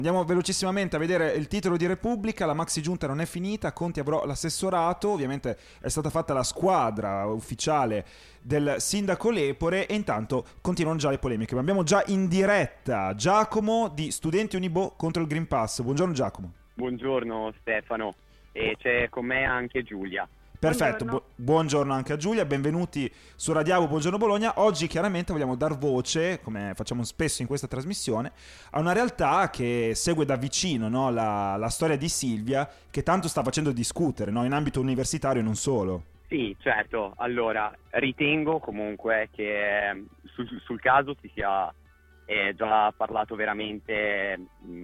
Andiamo velocissimamente a vedere il titolo di Repubblica. La maxi giunta non è finita, Conti avrò l'assessorato. Ovviamente è stata fatta la squadra ufficiale del sindaco Lepore e intanto continuano già le polemiche. Ma abbiamo già in diretta Giacomo di Studenti Unibo contro il Green Pass. Buongiorno Giacomo. Buongiorno Stefano, e c'è con me anche Giulia. Perfetto, buongiorno anche a Giulia, benvenuti su Radiavo Buongiorno Bologna. Oggi chiaramente vogliamo dar voce, come facciamo spesso in questa trasmissione, a una realtà che segue da vicino, no? la storia di Silvia, che tanto sta facendo discutere, no? In ambito universitario e non solo. Sì, certo, allora ritengo comunque che sul caso si sia già parlato veramente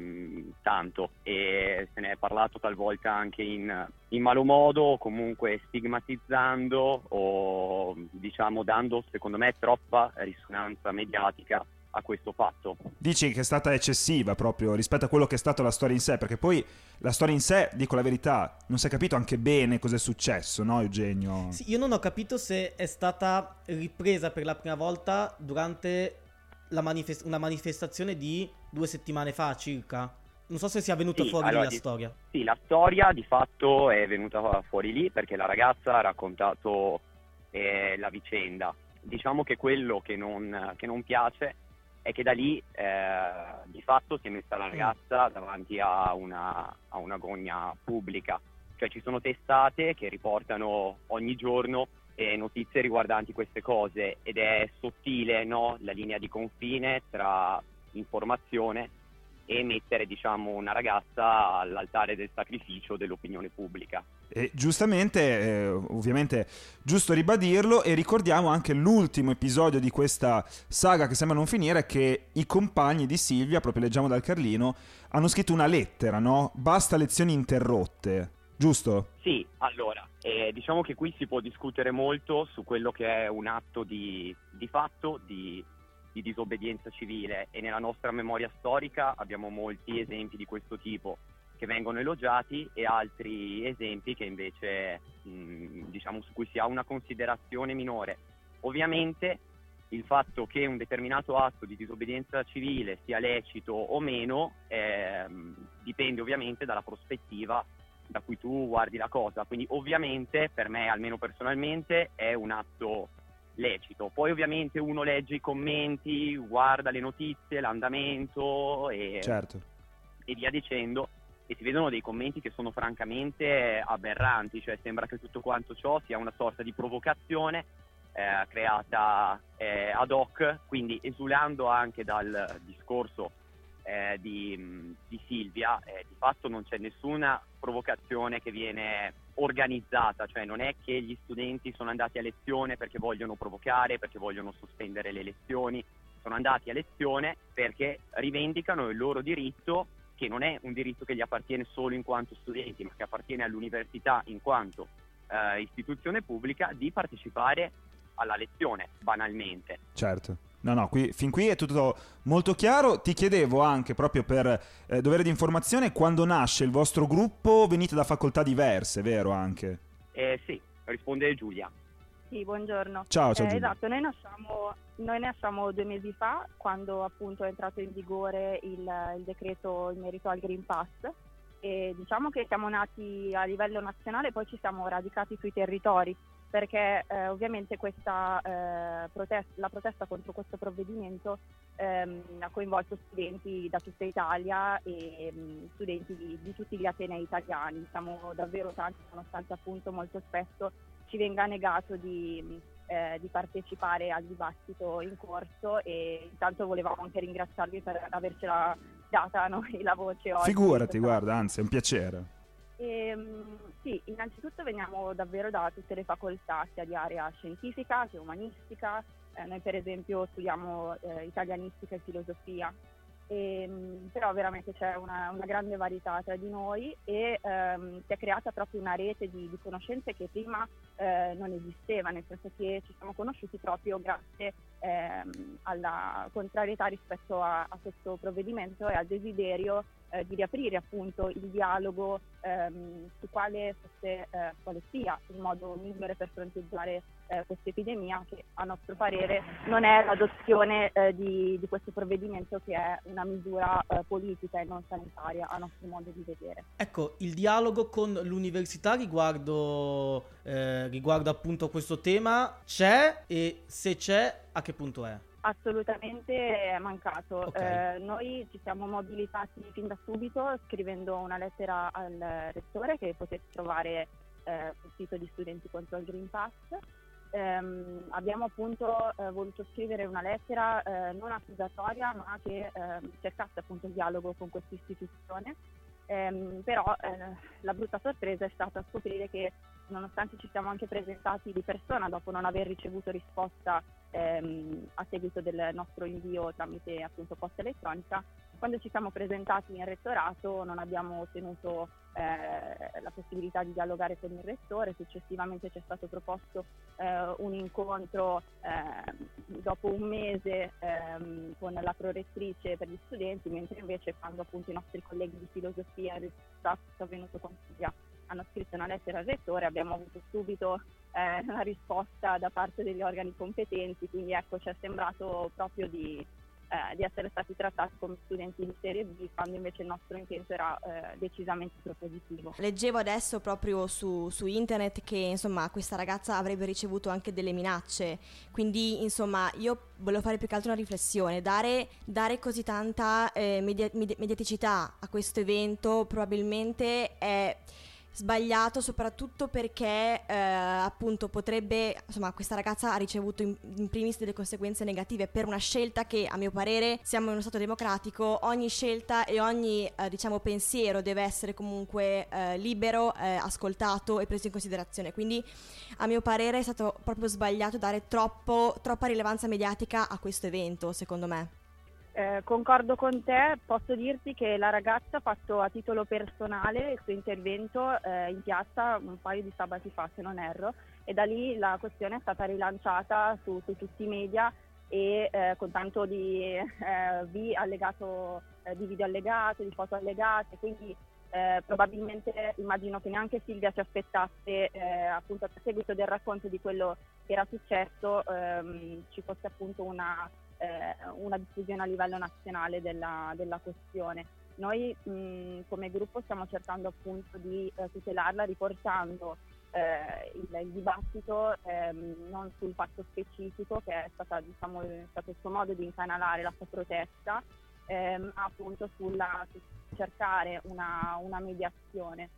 tanto e se ne è parlato talvolta anche in malo modo o comunque stigmatizzando o diciamo dando secondo me troppa risonanza mediatica a questo fatto. Dici che è stata eccessiva proprio rispetto a quello che è stata la storia in sé, perché poi la storia in sé, dico la verità, non si è capito anche bene cosa è successo, no Eugenio? Sì, io non ho capito se è stata ripresa per la prima volta durante una manifestazione di 2 settimane fa circa. Non so se sia venuta fuori allora, la storia. Sì, la storia di fatto è venuta fuori lì perché la ragazza ha raccontato la vicenda. Diciamo che quello che non piace è che da lì di fatto si è messa la ragazza davanti a una gogna pubblica. Cioè ci sono testate che riportano ogni giorno notizie riguardanti queste cose ed è sottile, no? La linea di confine tra informazione e mettere diciamo una ragazza all'altare del sacrificio dell'opinione pubblica. E giustamente, ovviamente giusto ribadirlo, e ricordiamo anche l'ultimo episodio di questa saga che sembra non finire, che i compagni di Silvia, proprio leggiamo dal Carlino, hanno scritto una lettera, no? Basta lezioni interrotte, giusto? Sì, allora, diciamo che qui si può discutere molto su quello che è un atto di fatto, di disobbedienza civile, e nella nostra memoria storica abbiamo molti esempi di questo tipo che vengono elogiati e altri esempi che invece diciamo su cui si ha una considerazione minore. Ovviamente il fatto che un determinato atto di disobbedienza civile sia lecito o meno dipende ovviamente dalla prospettiva da cui tu guardi la cosa, quindi ovviamente per me, almeno personalmente, è un atto lecito. Poi ovviamente uno legge i commenti, guarda le notizie, l'andamento Certo. e via dicendo, e si vedono dei commenti che sono francamente aberranti, cioè sembra che tutto quanto ciò sia una sorta di provocazione creata ad hoc, quindi esulando anche dal discorso di Silvia, di fatto non c'è nessuna provocazione che viene organizzata, cioè non è che gli studenti sono andati a lezione perché vogliono provocare, perché vogliono sospendere le lezioni, sono andati a lezione perché rivendicano il loro diritto, che non è un diritto che gli appartiene solo in quanto studenti, ma che appartiene all'università in quanto istituzione pubblica, di partecipare alla lezione, banalmente. Certo. No, fin qui è tutto molto chiaro. Ti chiedevo anche, proprio per dovere di informazione, quando nasce il vostro gruppo. Venite da facoltà diverse, vero anche? Sì, risponde Giulia. Sì, buongiorno. Ciao Giulia. Esatto, noi nasciamo 2 mesi fa, quando appunto è entrato in vigore il decreto in merito al Green Pass, e diciamo che siamo nati a livello nazionale, poi ci siamo radicati sui territori, perché ovviamente la protesta contro questo provvedimento ha coinvolto studenti da tutta Italia e studenti di tutti gli atenei italiani. Siamo davvero tanti, nonostante appunto molto spesso ci venga negato di partecipare al dibattito in corso, e intanto volevamo anche ringraziarvi per avercela data noi la voce oggi. Figurati, guarda, anzi è un piacere. Sì, innanzitutto veniamo davvero da tutte le facoltà, sia di area scientifica che umanistica. Noi per esempio studiamo italianistica e filosofia, però veramente c'è una grande varietà tra di noi, e si è creata proprio una rete di conoscenze che prima non esisteva, nel senso che ci siamo conosciuti proprio grazie alla contrarietà rispetto a questo provvedimento e al desiderio di riaprire appunto il dialogo su quale sia il modo migliore per fronteggiare questa epidemia, che a nostro parere non è l'adozione di questo provvedimento, che è una misura politica e non sanitaria a nostro modo di vedere. Ecco, il dialogo con l'università riguardo appunto questo tema c'è, e se c'è, a che punto è? Assolutamente è mancato. Okay. Noi ci siamo mobilitati fin da subito scrivendo una lettera al rettore, che potete trovare sul sito di Studenti contro il Green Pass. Abbiamo appunto voluto scrivere una lettera non accusatoria, ma che cercasse appunto il dialogo con questa istituzione. Però la brutta sorpresa è stata scoprire che, nonostante ci siamo anche presentati di persona dopo non aver ricevuto risposta a seguito del nostro invio tramite appunto posta elettronica, quando ci siamo presentati in rettorato non abbiamo ottenuto la possibilità di dialogare con il rettore. Successivamente ci è stato proposto un incontro dopo un mese con la prorettrice per gli studenti, mentre invece quando appunto i nostri colleghi di filosofia e risultato venuto con Silvia hanno scritto una lettera al rettore, abbiamo avuto subito una risposta da parte degli organi competenti, quindi ecco, ci è sembrato proprio di essere stati trattati come studenti di serie B, quando invece il nostro intento era decisamente propositivo. Leggevo adesso proprio su internet che insomma questa ragazza avrebbe ricevuto anche delle minacce, quindi insomma io volevo fare più che altro una riflessione. Dare così tanta mediaticità a questo evento probabilmente è sbagliato, soprattutto perché appunto potrebbe, insomma, questa ragazza ha ricevuto in primis delle conseguenze negative per una scelta che, a mio parere, siamo in uno stato democratico, ogni scelta e ogni diciamo pensiero deve essere comunque libero, ascoltato e preso in considerazione, quindi a mio parere è stato proprio sbagliato dare troppa rilevanza mediatica a questo evento, secondo me. Concordo con te, posso dirti che la ragazza ha fatto a titolo personale il suo intervento in piazza un paio di sabati fa, se non erro, e da lì la questione è stata rilanciata su tutti i media e con tanto di allegato, di video allegato, di foto allegate, quindi probabilmente immagino che neanche Silvia si aspettasse appunto a seguito del racconto di quello che era successo ci fosse appunto una diffusione a livello nazionale della questione. Noi come gruppo stiamo cercando appunto di tutelarla, riportando il dibattito non sul fatto specifico, che è stato il suo modo di incanalare la sua protesta, ma appunto su cercare una mediazione.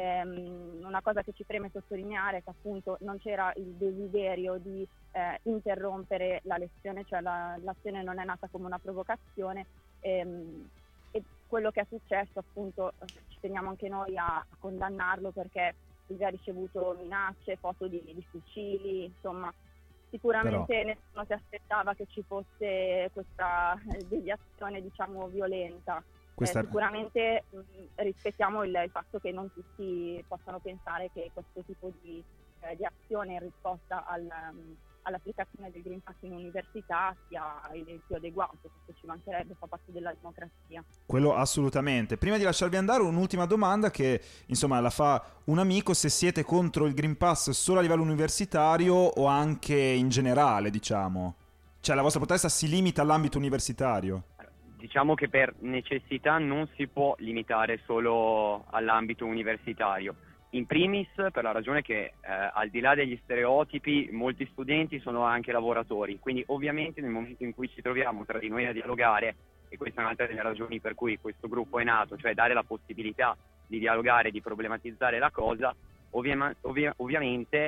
Una cosa che ci preme sottolineare è che appunto non c'era il desiderio di interrompere la lezione, cioè l'azione non è nata come una provocazione, e quello che è successo appunto ci teniamo anche noi a condannarlo, perché Silvia ha ricevuto minacce, foto di fucili, insomma sicuramente nessuno si aspettava che ci fosse questa deviazione diciamo violenta. Sicuramente rispettiamo il fatto che non tutti possano pensare che questo tipo di azione in risposta all'applicazione del Green Pass in università sia il più adeguato, questo ci mancherebbe, fa parte della democrazia. Quello assolutamente. Prima di lasciarvi andare, un'ultima domanda che insomma la fa un amico: se siete contro il Green Pass solo a livello universitario o anche in generale, diciamo? Cioè la vostra protesta si limita all'ambito universitario? Diciamo che per necessità non si può limitare solo all'ambito universitario. In primis per la ragione che al di là degli stereotipi molti studenti sono anche lavoratori, quindi ovviamente nel momento in cui ci troviamo tra di noi a dialogare, e questa è un'altra delle ragioni per cui questo gruppo è nato, cioè dare la possibilità di dialogare, di problematizzare la cosa, ovviamente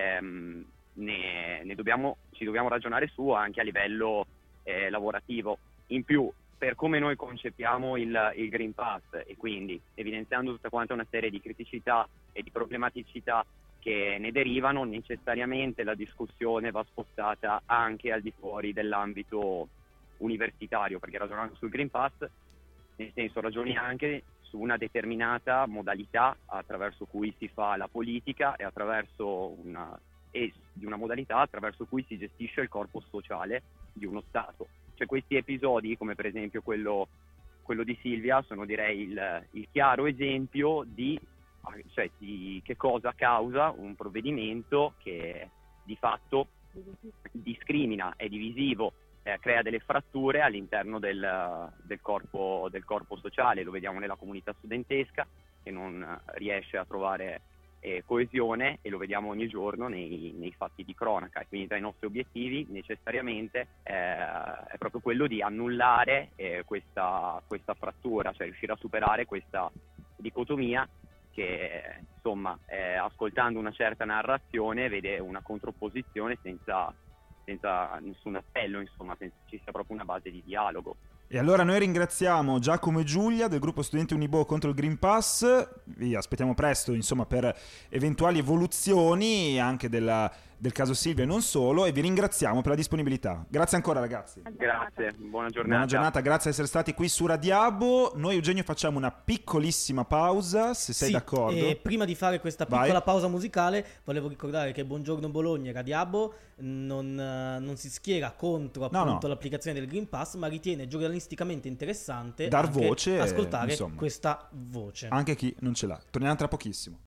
ci dobbiamo ragionare su anche a livello lavorativo. In più, per come noi concepiamo il Green Pass, e quindi evidenziando tutta quanta una serie di criticità e di problematicità che ne derivano, necessariamente la discussione va spostata anche al di fuori dell'ambito universitario, perché ragionando sul Green Pass, nel senso ragioni anche su una determinata modalità attraverso cui si fa la politica e di una modalità attraverso cui si gestisce il corpo sociale di uno Stato. Cioè questi episodi, come per esempio quello quello di Silvia sono, direi, il chiaro esempio di che cosa causa un provvedimento che di fatto discrimina, è divisivo, crea delle fratture all'interno del corpo sociale. Lo vediamo nella comunità studentesca, che non riesce a trovare coesione, e lo vediamo ogni giorno nei fatti di cronaca. E quindi tra i nostri obiettivi necessariamente è proprio quello di annullare questa frattura, cioè riuscire a superare questa dicotomia che, insomma, ascoltando una certa narrazione vede una controposizione senza nessun appello, insomma, senza ci sia proprio una base di dialogo. E allora noi ringraziamo Giacomo e Giulia del gruppo Studenti Unibo contro il Green Pass. Vi aspettiamo presto, insomma, per eventuali evoluzioni anche del caso Silvia e non solo, e vi ringraziamo per la disponibilità. Grazie ancora, ragazzi. Grazie, buona giornata. Buona giornata, grazie di essere stati qui su Radiabo. Noi, Eugenio, facciamo una piccolissima pausa, se sei d'accordo. E prima di fare questa piccola pausa musicale, volevo ricordare che Buongiorno Bologna e Radiabo non si schiera contro appunto l'applicazione del Green Pass, ma ritiene giornalisticamente interessante dar voce, ascoltare insomma, questa voce. Anche chi non ce l'ha. Torniamo tra pochissimo.